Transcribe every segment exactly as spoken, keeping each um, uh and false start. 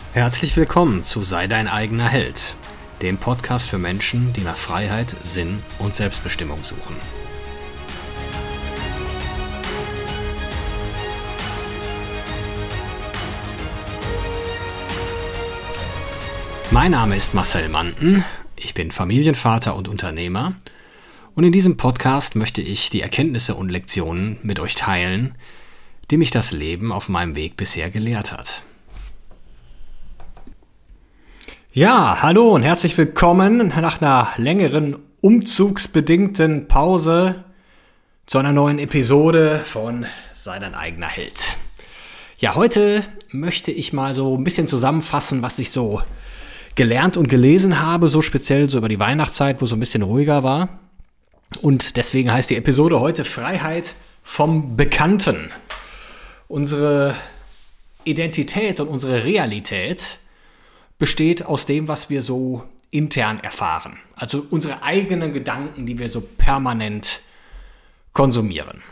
Herzlich willkommen zu Sei dein eigener Held, dem Podcast für Menschen, die nach Freiheit, Sinn und Selbstbestimmung suchen. Mein Name ist Marcel Manten, ich bin Familienvater und Unternehmer und in diesem Podcast möchte ich die Erkenntnisse und Lektionen mit euch teilen, die mich das Leben auf meinem Weg bisher gelehrt hat. Ja, hallo und herzlich willkommen nach einer längeren umzugsbedingten Pause zu einer neuen Episode von Sei dein eigener Held. Ja, heute möchte ich mal so ein bisschen zusammenfassen, was ich so gelernt und gelesen habe, so speziell so über die Weihnachtszeit, wo es so ein bisschen ruhiger war. Und deswegen heißt die Episode heute Freiheit vom Bekannten. Unsere Identität und unsere Realität besteht aus dem, was wir so intern erfahren. Also unsere eigenen Gedanken, die wir so permanent konsumieren.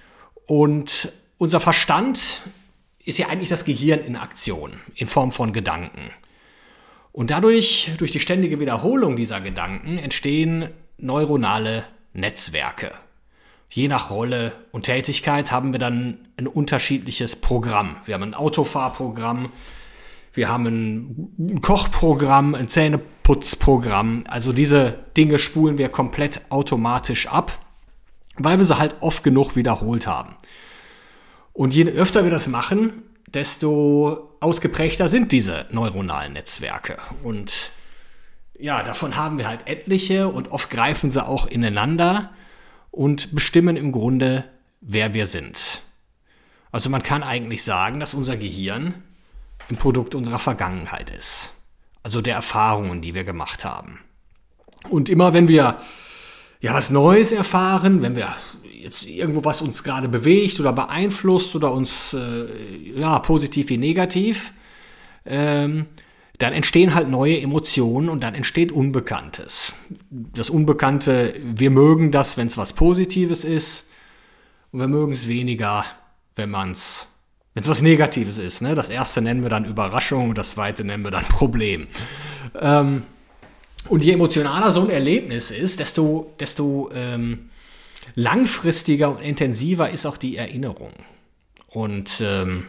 Und unser Verstand ist ja eigentlich das Gehirn in Aktion, in Form von Gedanken. Und dadurch, durch die ständige Wiederholung dieser Gedanken, entstehen neuronale Netzwerke. Je nach Rolle und Tätigkeit haben wir dann ein unterschiedliches Programm. Wir haben ein Autofahrprogramm, wir haben ein Kochprogramm, ein Zähneputzprogramm. Also diese Dinge spulen wir komplett automatisch ab, weil wir sie halt oft genug wiederholt haben. Und je öfter wir das machen, desto ausgeprägter sind diese neuronalen Netzwerke. Und ja, davon haben wir halt etliche und oft greifen sie auch ineinander und bestimmen im Grunde, wer wir sind. Also man kann eigentlich sagen, dass unser Gehirn ein Produkt unserer Vergangenheit ist. Also der Erfahrungen, die wir gemacht haben. Und immer wenn wir ja was Neues erfahren, wenn wir jetzt irgendwo was uns gerade bewegt oder beeinflusst oder uns äh, ja positiv wie negativ, ähm, dann entstehen halt neue Emotionen und dann entsteht Unbekanntes. Das Unbekannte, wir mögen das, wenn es was Positives ist, und wir mögen es weniger, wenn man es Wenn es was Negatives ist, ne? Das erste nennen wir dann Überraschung und das zweite nennen wir dann Problem. Ähm, und je emotionaler so ein Erlebnis ist, desto, desto ähm, langfristiger und intensiver ist auch die Erinnerung. Und ähm,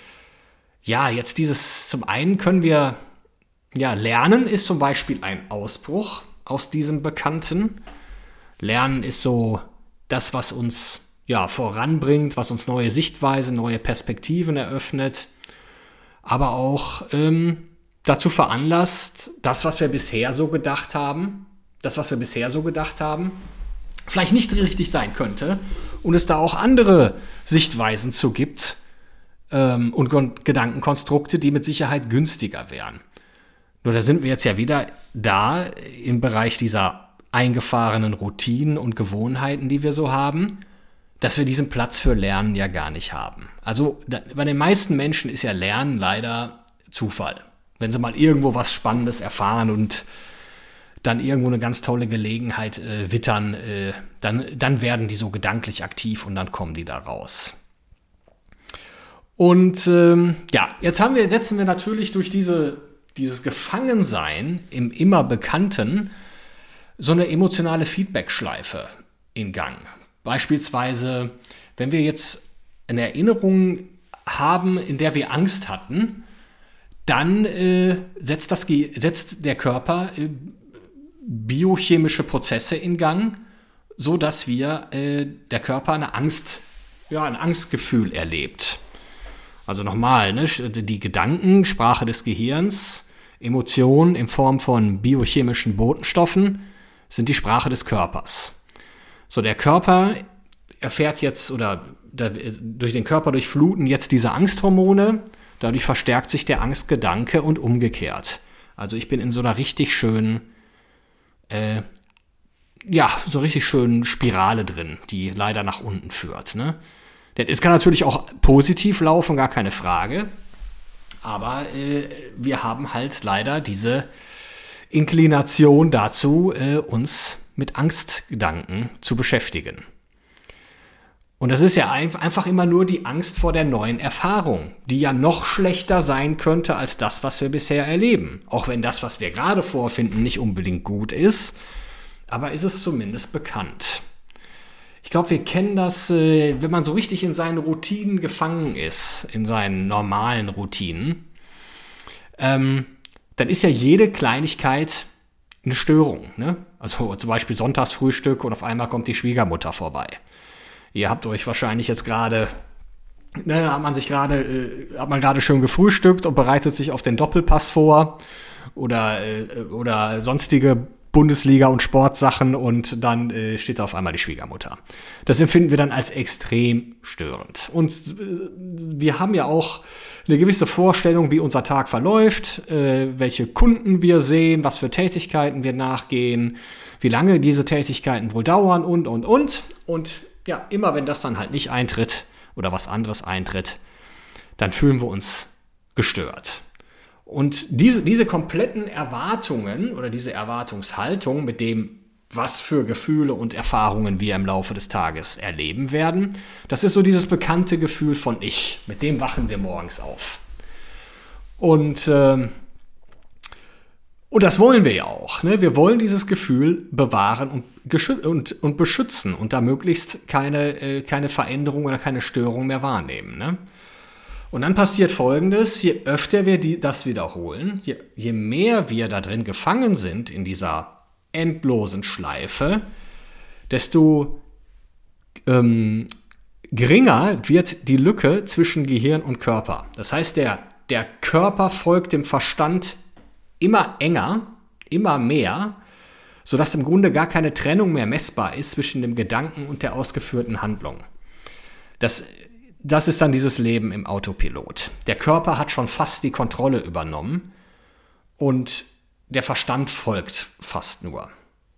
ja, jetzt dieses, zum einen können wir, ja, Lernen ist zum Beispiel ein Ausbruch aus diesem Bekannten. Lernen ist so das, was uns ja, voranbringt, was uns neue Sichtweisen, neue Perspektiven eröffnet, aber auch ähm, dazu veranlasst, das, was wir bisher so gedacht haben, das, was wir bisher so gedacht haben, vielleicht nicht richtig sein könnte und es da auch andere Sichtweisen zu gibt ähm, und G- Gedankenkonstrukte, die mit Sicherheit günstiger wären. Nur da sind wir jetzt ja wieder da im Bereich dieser eingefahrenen Routinen und Gewohnheiten, die wir so haben, dass wir diesen Platz für Lernen ja gar nicht haben. Also da, bei den meisten Menschen ist ja Lernen leider Zufall. Wenn sie mal irgendwo was Spannendes erfahren und dann irgendwo eine ganz tolle Gelegenheit äh, wittern, äh, dann, dann werden die so gedanklich aktiv und dann kommen die da raus. Und ähm, ja, jetzt haben wir, setzen wir natürlich durch diese, dieses Gefangensein im immer Bekannten so eine emotionale Feedback-Schleife in Gang. Beispielsweise, wenn wir jetzt eine Erinnerung haben, in der wir Angst hatten, dann äh, setzt, das, setzt der Körper äh, biochemische Prozesse in Gang, sodass wir, äh, der Körper eine Angst, ja, ein Angstgefühl erlebt. Also nochmal, ne, die Gedanken, Sprache des Gehirns, Emotionen in Form von biochemischen Botenstoffen sind die Sprache des Körpers. So, der Körper erfährt jetzt, oder durch den Körper durchfluten jetzt diese Angsthormone, dadurch verstärkt sich der Angstgedanke und umgekehrt. Also ich bin in so einer richtig schönen, äh, ja, so richtig schönen Spirale drin, die leider nach unten führt, ne? Denn es kann natürlich auch positiv laufen, gar keine Frage, aber äh, wir haben halt leider diese Inklination dazu, äh, uns mit Angstgedanken zu beschäftigen. Und das ist ja einfach immer nur die Angst vor der neuen Erfahrung, die ja noch schlechter sein könnte als das, was wir bisher erleben. Auch wenn das, was wir gerade vorfinden, nicht unbedingt gut ist, aber ist es zumindest bekannt. Ich glaube, wir kennen das, wenn man so richtig in seinen Routinen gefangen ist, in seinen normalen Routinen, ähm, dann ist ja jede Kleinigkeit eine Störung. Ne? Also zum Beispiel Sonntagsfrühstück und auf einmal kommt die Schwiegermutter vorbei. Ihr habt euch wahrscheinlich jetzt gerade, ne, hat man sich gerade, äh, hat man gerade schön gefrühstückt und bereitet sich auf den Doppelpass vor oder, äh, oder sonstige Bundesliga- und Sportsachen und dann äh, steht da auf einmal die Schwiegermutter. Das empfinden wir dann als extrem störend. Und äh, wir haben ja auch eine gewisse Vorstellung, wie unser Tag verläuft, äh, welche Kunden wir sehen, was für Tätigkeiten wir nachgehen, wie lange diese Tätigkeiten wohl dauern und, und, und. Und ja, immer wenn das dann halt nicht eintritt oder was anderes eintritt, dann fühlen wir uns gestört. Und diese, diese kompletten Erwartungen oder diese Erwartungshaltung mit dem, was für Gefühle und Erfahrungen wir im Laufe des Tages erleben werden, das ist so dieses bekannte Gefühl von Ich. Mit dem wachen wir morgens auf. Und, äh, und das wollen wir ja auch. Ne? Wir wollen dieses Gefühl bewahren und, geschü- und, und beschützen und da möglichst keine, äh, keine Veränderung oder keine Störung mehr wahrnehmen. Ne? Und dann passiert Folgendes: Je öfter wir die, das wiederholen, je, je mehr wir da drin gefangen sind in dieser endlosen Schleife, desto ähm, geringer wird die Lücke zwischen Gehirn und Körper. Das heißt, der, der Körper folgt dem Verstand immer enger, immer mehr, sodass im Grunde gar keine Trennung mehr messbar ist zwischen dem Gedanken und der ausgeführten Handlung. Das Das ist dann dieses Leben im Autopilot. Der Körper hat schon fast die Kontrolle übernommen und der Verstand folgt fast nur.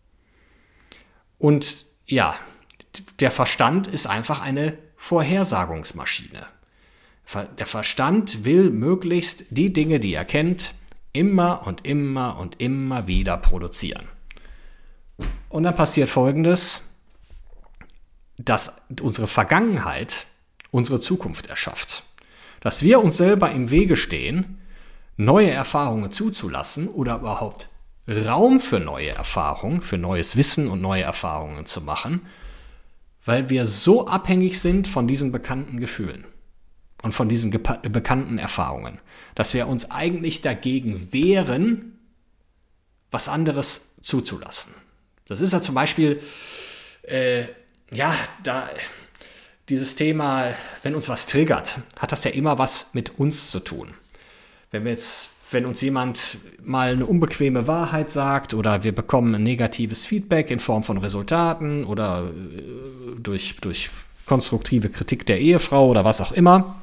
Und ja, der Verstand ist einfach eine Vorhersagungsmaschine. Der Verstand will möglichst die Dinge, die er kennt, immer und immer und immer wieder produzieren. Und dann passiert Folgendes, dass unsere Vergangenheit unsere Zukunft erschafft. Dass wir uns selber im Wege stehen, neue Erfahrungen zuzulassen oder überhaupt Raum für neue Erfahrungen, für neues Wissen und neue Erfahrungen zu machen, weil wir so abhängig sind von diesen bekannten Gefühlen und von diesen gepa- bekannten Erfahrungen, dass wir uns eigentlich dagegen wehren, was anderes zuzulassen. Das ist ja zum Beispiel, äh, ja, da... Dieses Thema, wenn uns was triggert, hat das ja immer was mit uns zu tun. Wenn wir jetzt, wenn uns jemand mal eine unbequeme Wahrheit sagt oder wir bekommen ein negatives Feedback in Form von Resultaten oder durch, durch konstruktive Kritik der Ehefrau oder was auch immer,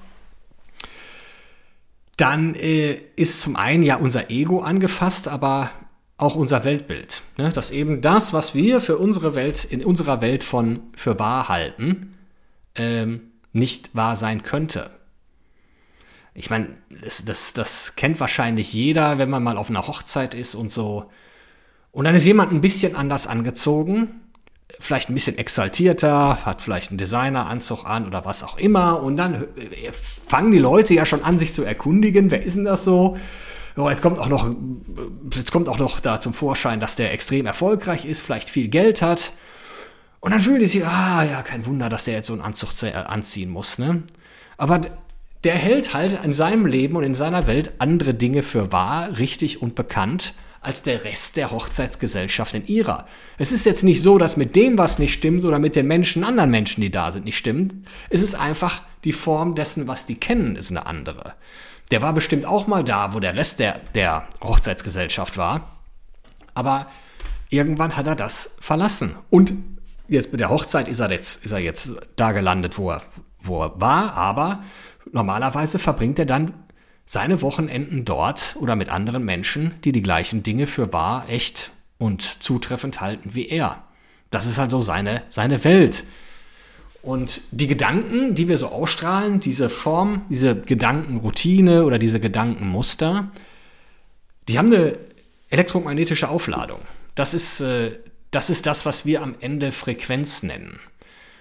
dann äh, ist zum einen ja unser Ego angefasst, aber auch unser Weltbild. Ne? Dass eben das, was wir für unsere Welt, in unserer Welt von für wahr halten, Ähm, nicht wahr sein könnte. Ich meine, das, das, das kennt wahrscheinlich jeder, wenn man mal auf einer Hochzeit ist und so. Und dann ist jemand ein bisschen anders angezogen, vielleicht ein bisschen exaltierter, hat vielleicht einen Designeranzug an oder was auch immer. Und dann fangen die Leute ja schon an, sich zu erkundigen, wer ist denn das so? Oh, jetzt kommt auch noch, jetzt kommt auch noch da zum Vorschein, dass der extrem erfolgreich ist, vielleicht viel Geld hat. Und dann fühlen die sich, ah ja, kein Wunder, dass der jetzt so einen Anzug anziehen muss. Ne? Aber der hält halt in seinem Leben und in seiner Welt andere Dinge für wahr, richtig und bekannt, als der Rest der Hochzeitsgesellschaft in ihrer. Es ist jetzt nicht so, dass mit dem was nicht stimmt oder mit den Menschen, anderen Menschen, die da sind, nicht stimmt. Es ist einfach die Form dessen, was die kennen, ist eine andere. Der war bestimmt auch mal da, wo der Rest der, der Hochzeitsgesellschaft war. Aber irgendwann hat er das verlassen. Und jetzt mit der Hochzeit ist er jetzt, ist er jetzt da gelandet, wo er, wo er war, aber normalerweise verbringt er dann seine Wochenenden dort oder mit anderen Menschen, die die gleichen Dinge für wahr, echt und zutreffend halten wie er. Das ist halt so seine, seine Welt. Und die Gedanken, die wir so ausstrahlen, diese Form, diese Gedankenroutine oder diese Gedankenmuster, die haben eine elektromagnetische Aufladung. Das ist äh, Das ist das, was wir am Ende Frequenz nennen.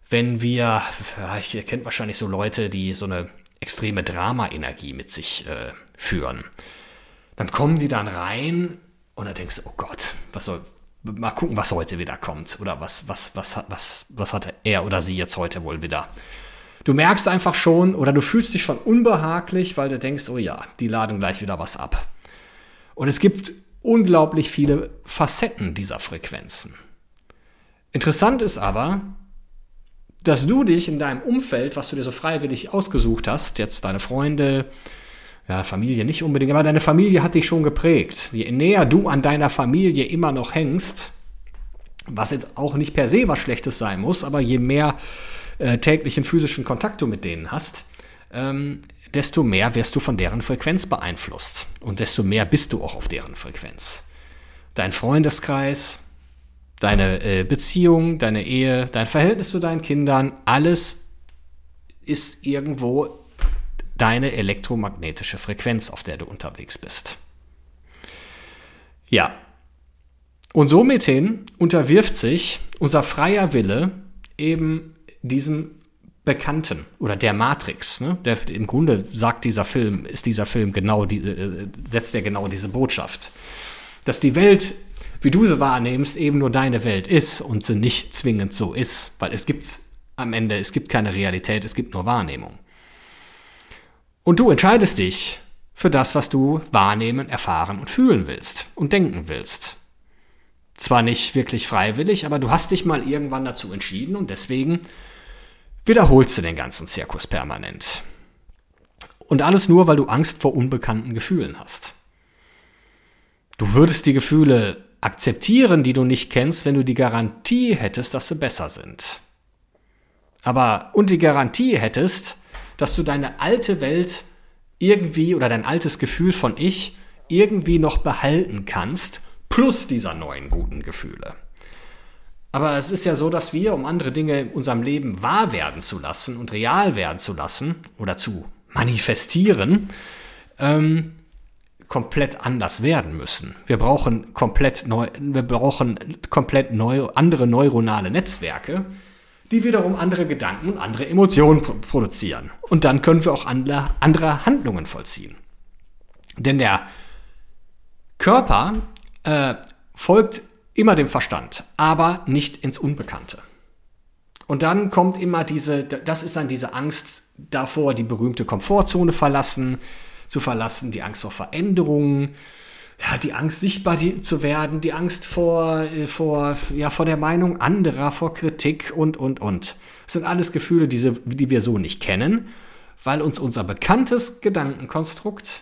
wenn wir, ihr kennt wahrscheinlich so Leute, die so eine extreme Drama-Energie mit sich äh, führen. Dann kommen die dann rein und dann denkst du, oh Gott, was soll, mal gucken, was heute wieder kommt. Oder was, was, was, was, was hat er oder sie jetzt heute wohl wieder. Du merkst einfach schon oder du fühlst dich schon unbehaglich, weil du denkst, oh ja, die laden gleich wieder was ab. Und es gibt unglaublich viele Facetten dieser Frequenzen. Interessant ist aber, dass du dich in deinem Umfeld, was du dir so freiwillig ausgesucht hast, jetzt deine Freunde, ja, Familie nicht unbedingt, aber deine Familie hat dich schon geprägt. Je näher du an deiner Familie immer noch hängst, was jetzt auch nicht per se was Schlechtes sein muss, aber je mehr äh, täglichen physischen Kontakt du mit denen hast, ähm, desto mehr wirst du von deren Frequenz beeinflusst. Und desto mehr bist du auch auf deren Frequenz. Dein Freundeskreis, deine äh, Beziehung, deine Ehe, dein Verhältnis zu deinen Kindern, alles ist irgendwo deine elektromagnetische Frequenz, auf der du unterwegs bist. Ja. Und somit hin unterwirft sich unser freier Wille eben diesem Bekannten oder der Matrix. Ne? Der, im Grunde sagt dieser Film, ist dieser Film genau, die, äh, setzt er genau diese Botschaft. Dass die Welt, wie du sie wahrnimmst, eben nur deine Welt ist und sie nicht zwingend so ist. Weil es gibt am Ende, es gibt keine Realität, es gibt nur Wahrnehmung. Und du entscheidest dich für das, was du wahrnehmen, erfahren und fühlen willst und denken willst. Zwar nicht wirklich freiwillig, aber du hast dich mal irgendwann dazu entschieden und deswegen wiederholst du den ganzen Zirkus permanent. Und alles nur, weil du Angst vor unbekannten Gefühlen hast. Du würdest die Gefühle akzeptieren, die du nicht kennst, wenn du die Garantie hättest, dass sie besser sind. Aber und die Garantie hättest, dass du deine alte Welt irgendwie oder dein altes Gefühl von Ich irgendwie noch behalten kannst, plus dieser neuen guten Gefühle. Aber es ist ja so, dass wir, um andere Dinge in unserem Leben wahr werden zu lassen und real werden zu lassen oder zu manifestieren, ähm, komplett anders werden müssen. Wir brauchen komplett neu, wir brauchen komplett neu, andere neuronale Netzwerke, die wiederum andere Gedanken und andere Emotionen produzieren. Und dann können wir auch andere, andere Handlungen vollziehen. Denn der Körper äh, folgt immer dem Verstand, aber nicht ins Unbekannte. Und dann kommt immer diese, das ist dann diese Angst davor, die berühmte Komfortzone verlassen, zu verlassen, die Angst vor Veränderungen, ja, die Angst, sichtbar zu werden, die Angst vor, vor, ja, vor der Meinung anderer, vor Kritik und, und, und. Das sind alles Gefühle, die, die wir so nicht kennen, weil uns unser bekanntes Gedankenkonstrukt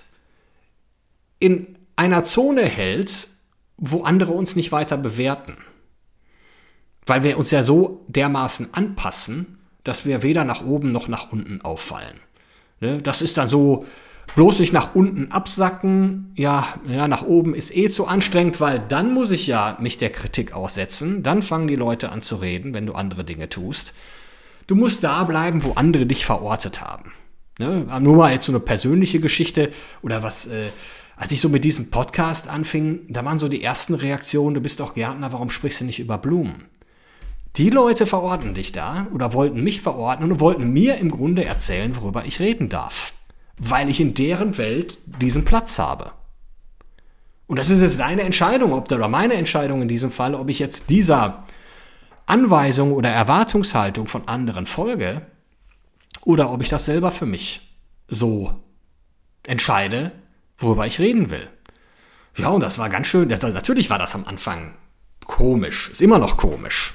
in einer Zone hält, wo andere uns nicht weiter bewerten. Weil wir uns ja so dermaßen anpassen, dass wir weder nach oben noch nach unten auffallen. Das ist dann so, bloß nicht nach unten absacken, ja, ja, nach oben ist eh zu anstrengend, weil dann muss ich ja mich der Kritik aussetzen, dann fangen die Leute an zu reden, wenn du andere Dinge tust. Du musst da bleiben, wo andere dich verortet haben. Ne? Nur mal jetzt so eine persönliche Geschichte oder was, äh, als ich so mit diesem Podcast anfing, da waren so die ersten Reaktionen, du bist doch Gärtner, warum sprichst du nicht über Blumen? Die Leute verorten dich da oder wollten mich verorten und wollten mir im Grunde erzählen, worüber ich reden darf. Weil ich in deren Welt diesen Platz habe. Und das ist jetzt deine Entscheidung, ob oder meine Entscheidung in diesem Fall, ob ich jetzt dieser Anweisung oder Erwartungshaltung von anderen folge oder ob ich das selber für mich so entscheide, worüber ich reden will. Ja, und das war ganz schön. Das, natürlich war das am Anfang komisch. Ist immer noch komisch.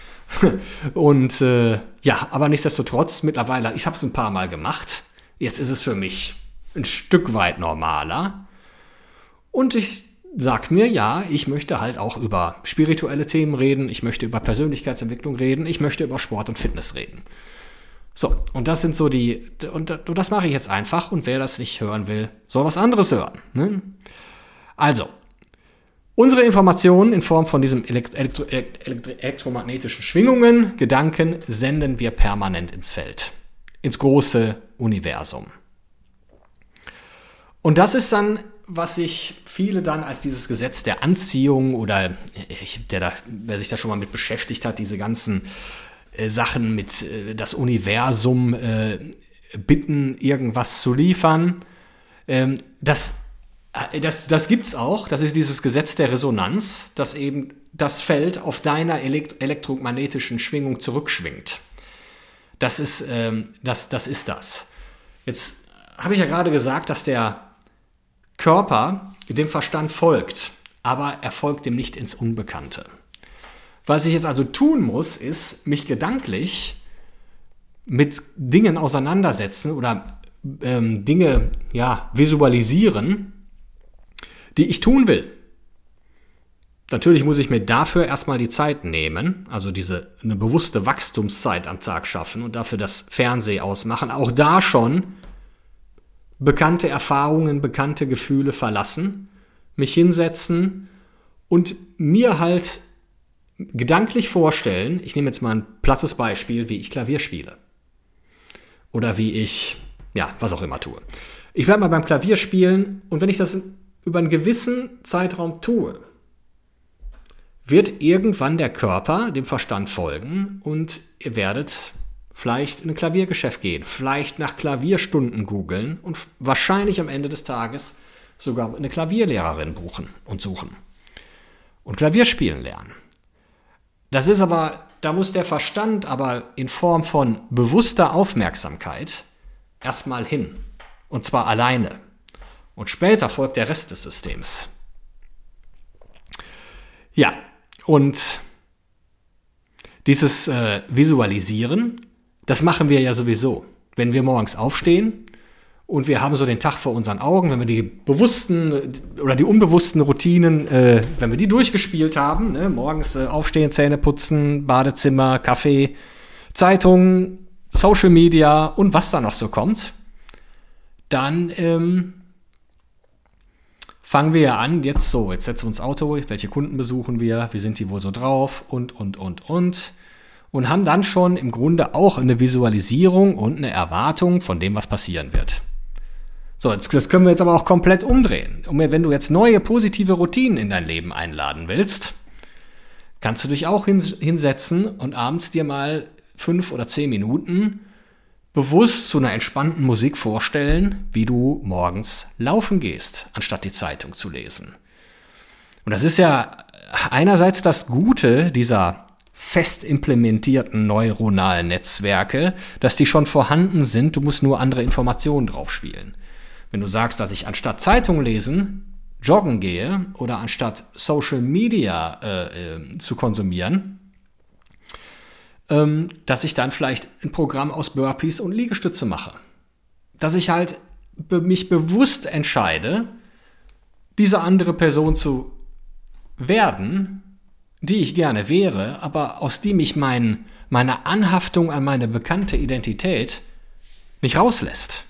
Und äh, ja, aber nichtsdestotrotz mittlerweile, ich habe es ein paar Mal gemacht. Jetzt ist es für mich ein Stück weit normaler. Und ich sag mir, ja, ich möchte halt auch über spirituelle Themen reden. Ich möchte über Persönlichkeitsentwicklung reden. Ich möchte über Sport und Fitness reden. So, und das sind so die, und, und das mache ich jetzt einfach. Und wer das nicht hören will, soll was anderes hören. Ne? Also, unsere Informationen in Form von diesen elektro- elektro- elektro- elektromagnetischen Schwingungen, Gedanken, senden wir permanent ins Feld. Ins große Universum. Und das ist dann, was sich viele dann als dieses Gesetz der Anziehung oder ich, der da, wer sich da schon mal mit beschäftigt hat, diese ganzen äh, Sachen mit äh, das Universum äh, bitten, irgendwas zu liefern. Ähm, das, äh, das, das gibt es auch. Das ist dieses Gesetz der Resonanz, dass eben das Feld auf deiner elekt- elektromagnetischen Schwingung zurückschwingt. Das ist, ähm, das, das ist das. Jetzt habe ich ja gerade gesagt, dass der Körper dem Verstand folgt, aber er folgt dem nicht ins Unbekannte. Was ich jetzt also tun muss, ist mich gedanklich mit Dingen auseinandersetzen oder ähm, Dinge ja, visualisieren, die ich tun will. Natürlich muss ich mir dafür erstmal die Zeit nehmen, also diese eine bewusste Wachstumszeit am Tag schaffen und dafür das Fernsehen ausmachen. Auch da schon bekannte Erfahrungen, bekannte Gefühle verlassen, mich hinsetzen und mir halt gedanklich vorstellen, ich nehme jetzt mal ein plattes Beispiel, wie ich Klavier spiele. Oder wie ich, ja, was auch immer tue. Ich werde mal beim Klavier spielen und wenn ich das über einen gewissen Zeitraum tue, wird irgendwann der Körper dem Verstand folgen und ihr werdet vielleicht in ein Klaviergeschäft gehen, vielleicht nach Klavierstunden googeln und wahrscheinlich am Ende des Tages sogar eine Klavierlehrerin buchen und suchen und Klavier spielen lernen. Das ist aber, da muss der Verstand aber in Form von bewusster Aufmerksamkeit erstmal hin und zwar alleine und später folgt der Rest des Systems. Ja, und dieses äh, Visualisieren, das machen wir ja sowieso. Wenn wir morgens aufstehen und wir haben so den Tag vor unseren Augen, wenn wir die bewussten oder die unbewussten Routinen, äh, wenn wir die durchgespielt haben, ne, morgens äh, aufstehen, Zähne putzen, Badezimmer, Kaffee, Zeitung, Social Media und was da noch so kommt, dann ähm, fangen wir ja an, jetzt so, jetzt setzen wir uns Auto, welche Kunden besuchen wir, wie sind die wohl so drauf und, und, und, und. Und haben dann schon im Grunde auch eine Visualisierung und eine Erwartung von dem, was passieren wird. So, jetzt, das können wir jetzt aber auch komplett umdrehen. Und wenn du jetzt neue positive Routinen in dein Leben einladen willst, kannst du dich auch hinsetzen und abends dir mal fünf oder zehn Minuten bewusst zu einer entspannten Musik vorstellen, wie du morgens laufen gehst, anstatt die Zeitung zu lesen. Und das ist ja einerseits das Gute dieser fest implementierten neuronalen Netzwerke, dass die schon vorhanden sind, du musst nur andere Informationen drauf spielen. Wenn du sagst, dass ich anstatt Zeitung lesen joggen gehe oder anstatt Social Media äh, äh, zu konsumieren, ähm, dass ich dann vielleicht ein Programm aus Burpees und Liegestütze mache. Dass ich halt be- mich bewusst entscheide, diese andere Person zu werden, die ich gerne wäre, aber aus dem ich mein, meine Anhaftung an meine bekannte Identität nicht rauslässt.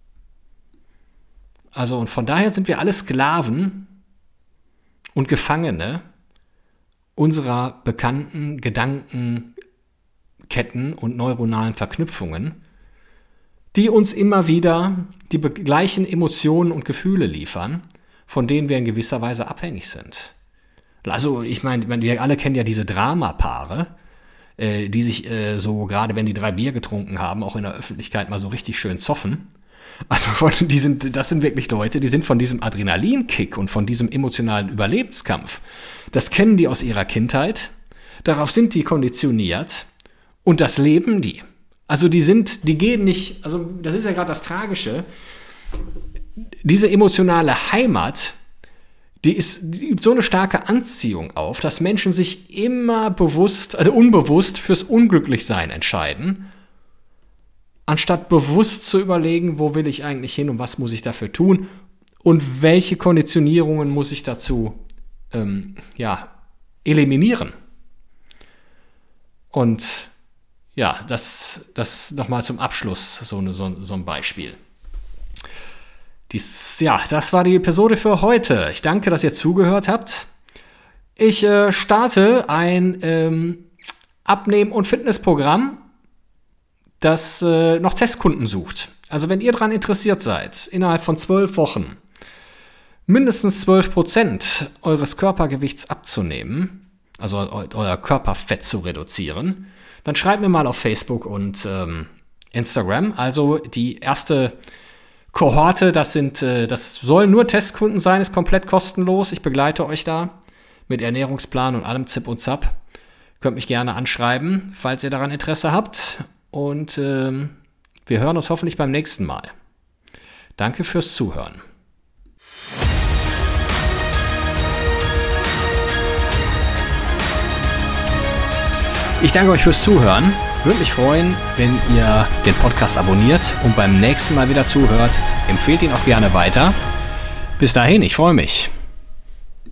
Also und von daher sind wir alle Sklaven und Gefangene unserer bekannten Gedankenketten und neuronalen Verknüpfungen, die uns immer wieder die gleichen Emotionen und Gefühle liefern, von denen wir in gewisser Weise abhängig sind. Also ich meine, wir alle kennen ja diese Dramapaare, äh, die sich äh, so, gerade wenn die drei Bier getrunken haben, auch in der Öffentlichkeit mal so richtig schön zoffen. Also von, die sind, das sind wirklich Leute, die sind von diesem Adrenalinkick und von diesem emotionalen Überlebenskampf. Das kennen die aus ihrer Kindheit, darauf sind die konditioniert und das leben die. Also die sind, die gehen nicht, also das ist ja gerade das Tragische, diese emotionale Heimat, Die, ist, die übt so eine starke Anziehung auf, dass Menschen sich immer bewusst, also unbewusst fürs Unglücklichsein entscheiden, anstatt bewusst zu überlegen, wo will ich eigentlich hin und was muss ich dafür tun und welche Konditionierungen muss ich dazu ähm, ja, eliminieren. Und ja, das, das nochmal zum Abschluss, so, eine, so, so ein Beispiel. Dies, ja, das war die Episode für heute. Ich danke, dass ihr zugehört habt. Ich äh, starte ein ähm, Abnehmen- und Fitnessprogramm, das äh, noch Testkunden sucht. Also wenn ihr daran interessiert seid, innerhalb von zwölf Wochen mindestens zwölf Prozent eures Körpergewichts abzunehmen, also euer Körperfett zu reduzieren, dann schreibt mir mal auf Facebook und ähm, Instagram. Also die erste Kohorte, das sind, äh, das sollen nur Testkunden sein, ist komplett kostenlos. Ich begleite euch da mit Ernährungsplan und allem Zip und Zap. Könnt mich gerne anschreiben, falls ihr daran Interesse habt. Und ähm, wir hören uns hoffentlich beim nächsten Mal. Danke fürs Zuhören. Ich danke euch fürs Zuhören. Würde mich freuen, wenn ihr den Podcast abonniert und beim nächsten Mal wieder zuhört. Empfehlt ihn auch gerne weiter. Bis dahin, ich freue mich.